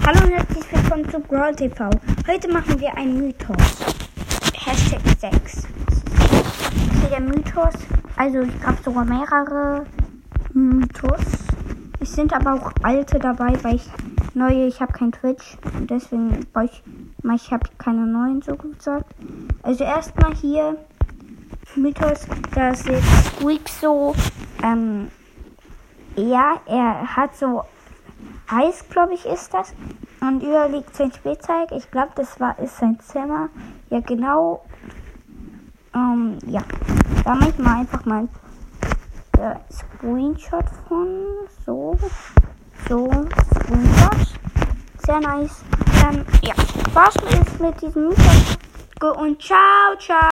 Hallo und herzlich willkommen zu Brawl TV. Heute machen wir einen Mythos. Hashtag 6. Hier der Mythos. Also ich gab sogar mehrere Mythos. Es sind aber auch alte dabei, weil ich habe kein Twitch. Und deswegen ich habe keine neuen, so gesagt. Also erstmal hier Mythos, dass jetzt Squeak so, er hat so Eis, glaube ich, ist das. Und überall liegt sein Spielzeug. Ich glaube, ist sein Zimmer. Ja, genau. Da mache ich mal einfach mal Screenshot von. So, Screenshot. Sehr nice. Dann, Spaß mit diesem Mythos. Und ciao, ciao.